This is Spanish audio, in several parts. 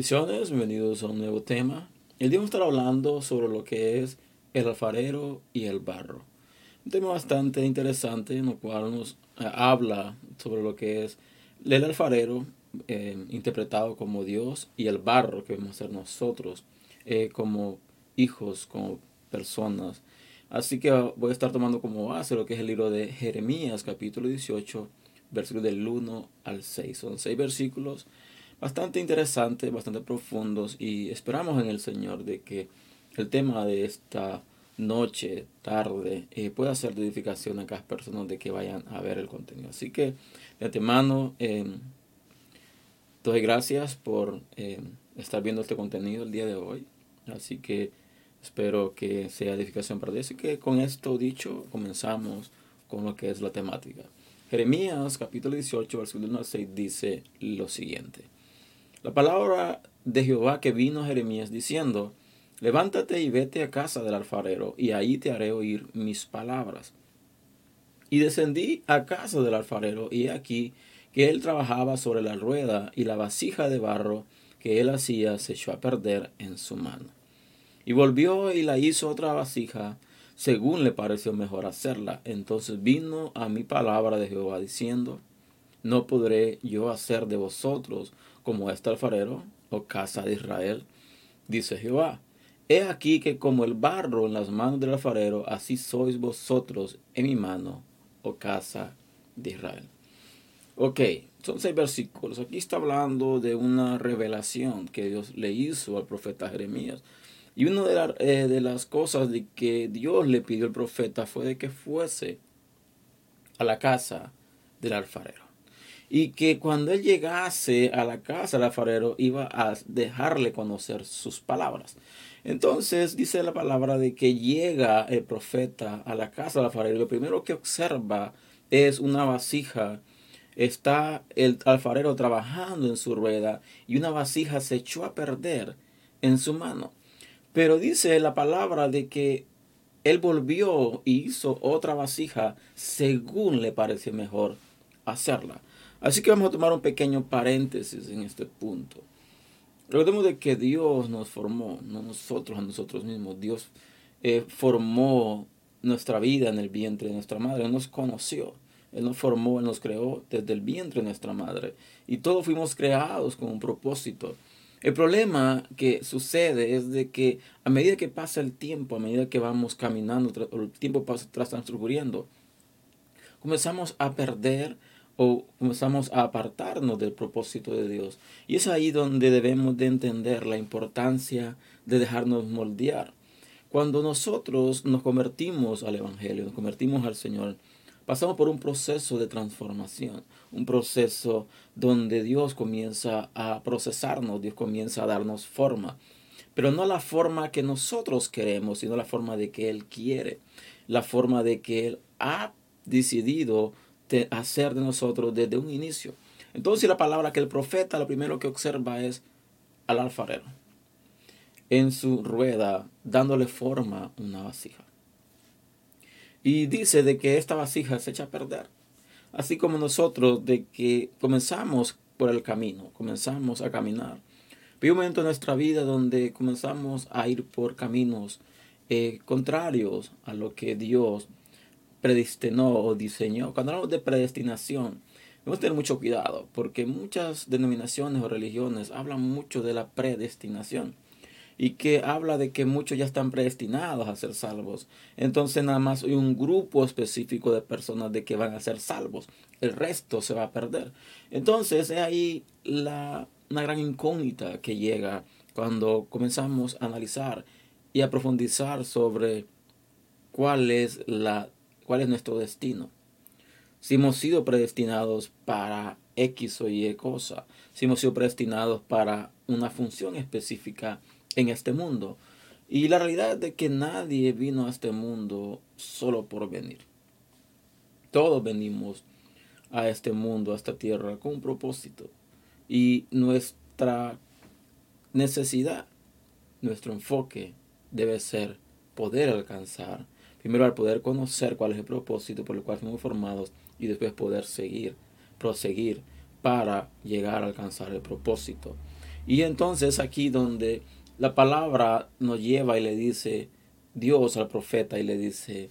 Bendiciones, bienvenidos a un nuevo tema. El día vamos a estar hablando sobre lo que es el alfarero y el barro. Un tema bastante interesante en el cual nos habla sobre lo que es el alfarero, interpretado como Dios, y el barro que vamos a ser nosotros como hijos, como personas. Así que voy a estar tomando como base lo que es el libro de Jeremías, capítulo 18, versículos del 1 al 6. Son 6 versículos bastante interesantes, bastante profundos, y esperamos en el Señor de que el tema de esta noche, tarde, pueda ser de edificación a cada persona de que vayan a ver el contenido. Así que de antemano, doy gracias por estar viendo este contenido el día de hoy. Así que espero que sea edificación para ti. Así que con esto dicho, comenzamos con lo que es la temática. Jeremías capítulo 18, versículo 1 al 6 dice lo siguiente. La palabra de Jehová que vino a Jeremías diciendo: Levántate y vete a casa del alfarero, y ahí te haré oír mis palabras. Y descendí a casa del alfarero, y he aquí que él trabajaba sobre la rueda, y la vasija de barro que él hacía se echó a perder en su mano. Y volvió y la hizo otra vasija, según le pareció mejor hacerla. Entonces vino a mi palabra de Jehová diciendo: ¿No podré yo hacer de vosotros como este alfarero, o casa de Israel? Dice Jehová. He aquí que como el barro en las manos del alfarero, así sois vosotros en mi mano, oh casa de Israel. Ok, son 6 versículos. Aquí está hablando de una revelación que Dios le hizo al profeta Jeremías. Y una de las cosas de que Dios le pidió al profeta fue de que fuese a la casa del alfarero. Y que cuando él llegase a la casa del alfarero iba a dejarle conocer sus palabras. Entonces dice la palabra de que llega el profeta a la casa del alfarero y lo primero que observa es una vasija. Está el alfarero trabajando en su rueda y una vasija se echó a perder en su mano. Pero dice la palabra de que él volvió y hizo otra vasija según le pareció mejor hacerla. Así que vamos a tomar un pequeño paréntesis en este punto. Recordemos de que Dios nos formó, no nosotros a nosotros mismos. Dios formó nuestra vida en el vientre de nuestra madre. Él nos conoció. Él nos formó, Él nos creó desde el vientre de nuestra madre. Y todos fuimos creados con un propósito. El problema que sucede es de que a medida que pasa el tiempo, a medida que vamos caminando, el tiempo pasa transcurriendo, comenzamos a perder o comenzamos a apartarnos del propósito de Dios. Y es ahí donde debemos de entender la importancia de dejarnos moldear. Cuando nosotros nos convertimos al Evangelio, nos convertimos al Señor, pasamos por un proceso de transformación, un proceso donde Dios comienza a procesarnos, Dios comienza a darnos forma, pero no la forma que nosotros queremos, sino la forma de que Él quiere, la forma de que Él ha decidido hacer de nosotros desde un inicio. Entonces la palabra que el profeta lo primero que observa es al alfarero en su rueda dándole forma a una vasija. Y dice de que esta vasija se echa a perder. Así como nosotros de que comenzamos por el camino, comenzamos a caminar. Hay un momento en nuestra vida donde comenzamos a ir por caminos contrarios a lo que Dios predestinó o diseñó. Cuando hablamos de predestinación, debemos tener mucho cuidado porque muchas denominaciones o religiones hablan mucho de la predestinación y que habla de que muchos ya están predestinados a ser salvos. Entonces nada más hay un grupo específico de personas de que van a ser salvos. El resto se va a perder. Entonces es ahí una gran incógnita que llega cuando comenzamos a analizar y a profundizar sobre cuál es cuál es nuestro destino. Si hemos sido predestinados para X o Y cosa, si hemos sido predestinados para una función específica en este mundo. Y la realidad es de que nadie vino a este mundo solo por venir. Todos venimos a este mundo, a esta tierra, con un propósito. Y nuestra necesidad, nuestro enfoque debe ser poder alcanzar. Primero al poder conocer cuál es el propósito por el cual fuimos formados y después poder proseguir para llegar a alcanzar el propósito. Y entonces aquí donde la palabra nos lleva y le dice Dios al profeta y le dice,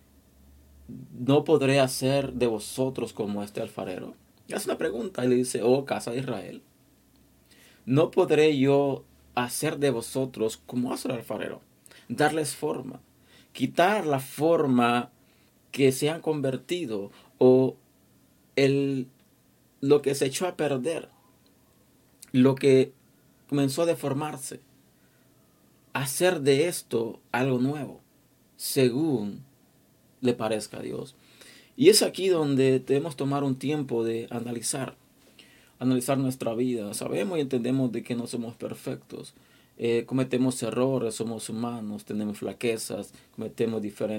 ¿no podré hacer de vosotros como este alfarero? Y hace una pregunta y le dice, oh casa de Israel, ¿no podré yo hacer de vosotros como hace el alfarero? Darles forma, quitar la forma que se han convertido o el, lo que se echó a perder, lo que comenzó a deformarse, hacer de esto algo nuevo, según le parezca a Dios. Y es aquí donde debemos tomar un tiempo de analizar nuestra vida. Sabemos y entendemos de que no somos perfectos. Cometemos errores, somos humanos, tenemos flaquezas, cometemos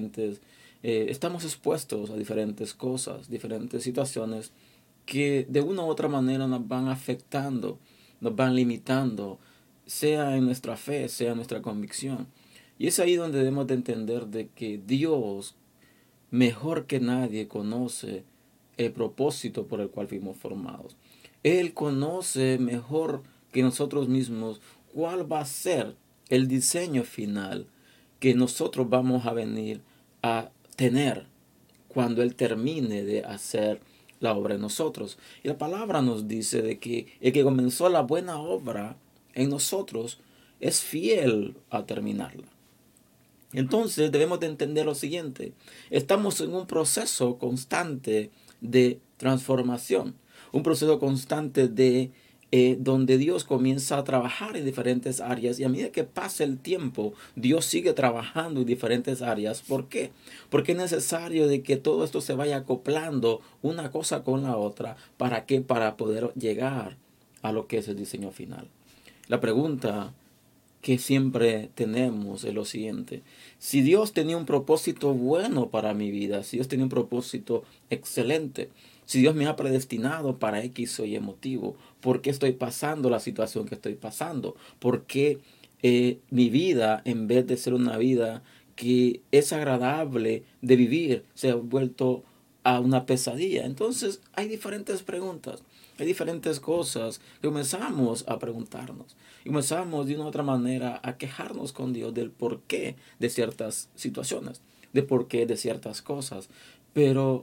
estamos expuestos a diferentes cosas, diferentes situaciones que de una u otra manera nos van afectando, nos van limitando, sea en nuestra fe, sea en nuestra convicción. Y es ahí donde debemos de entender de que Dios mejor que nadie conoce el propósito por el cual fuimos formados. Él conoce mejor que nosotros mismos cuál va a ser el diseño final que nosotros vamos a venir a tener cuando Él termine de hacer la obra en nosotros. Y la palabra nos dice de que el que comenzó la buena obra en nosotros es fiel a terminarla. Entonces debemos de entender lo siguiente, estamos en un proceso constante de transformación, un proceso constante de donde Dios comienza a trabajar en diferentes áreas y a medida que pasa el tiempo, Dios sigue trabajando en diferentes áreas. ¿Por qué? Porque es necesario de que todo esto se vaya acoplando una cosa con la otra. ¿Para qué? Para poder llegar a lo que es el diseño final. La pregunta que siempre tenemos es lo siguiente. Si Dios tenía un propósito bueno para mi vida, si Dios tenía un propósito excelente, si Dios me ha predestinado para X o Y motivo, ¿por qué estoy pasando la situación que estoy pasando? ¿Por qué mi vida, en vez de ser una vida que es agradable de vivir, se ha vuelto a una pesadilla? Entonces hay diferentes preguntas, hay diferentes cosas que comenzamos a preguntarnos. Y comenzamos de una u otra manera a quejarnos con Dios del porqué de ciertas situaciones, de porqué de ciertas cosas. Pero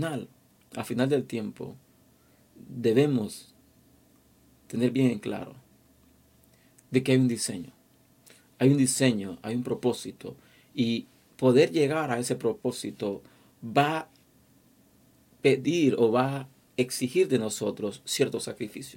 al final del tiempo, debemos tener bien en claro de que hay un diseño. Hay un diseño, hay un propósito. Y poder llegar a ese propósito va a pedir o va a exigir de nosotros cierto sacrificio.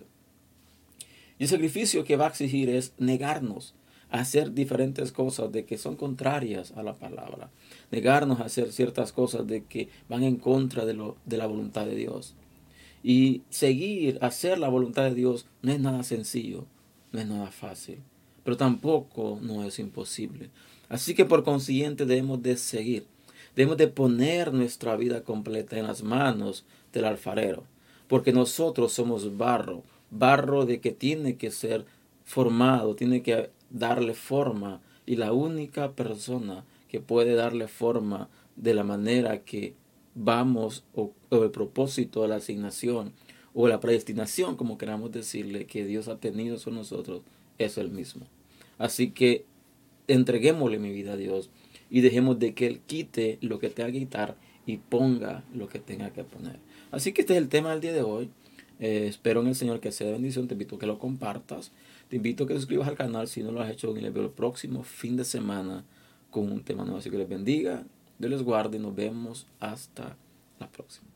Y el sacrificio que va a exigir es negarnos a hacer diferentes cosas de que son contrarias a la palabra. Negarnos a hacer ciertas cosas de que van en contra de la voluntad de Dios. Y seguir, hacer la voluntad de Dios no es nada sencillo, no es nada fácil, pero tampoco no es imposible. Así que por consiguiente debemos de seguir, debemos de poner nuestra vida completa en las manos del alfarero, porque nosotros somos barro, barro de que tiene que ser formado, tiene que darle forma, y la única persona que puede darle forma de la manera que vamos o el propósito de la asignación o la predestinación, como queramos decirle, que Dios ha tenido sobre nosotros, es el mismo. Así que entreguémosle mi vida a Dios y dejemos de que Él quite lo que tenga que quitar y ponga lo que tenga que poner. Así que este es el tema del día de hoy. Espero en el Señor que sea de bendición. Te invito a que lo compartas. Te invito a que te suscribas al canal si no lo has hecho. Y les veo el próximo fin de semana con un tema nuevo. Así que les bendiga, Dios les guarde y nos vemos hasta la próxima.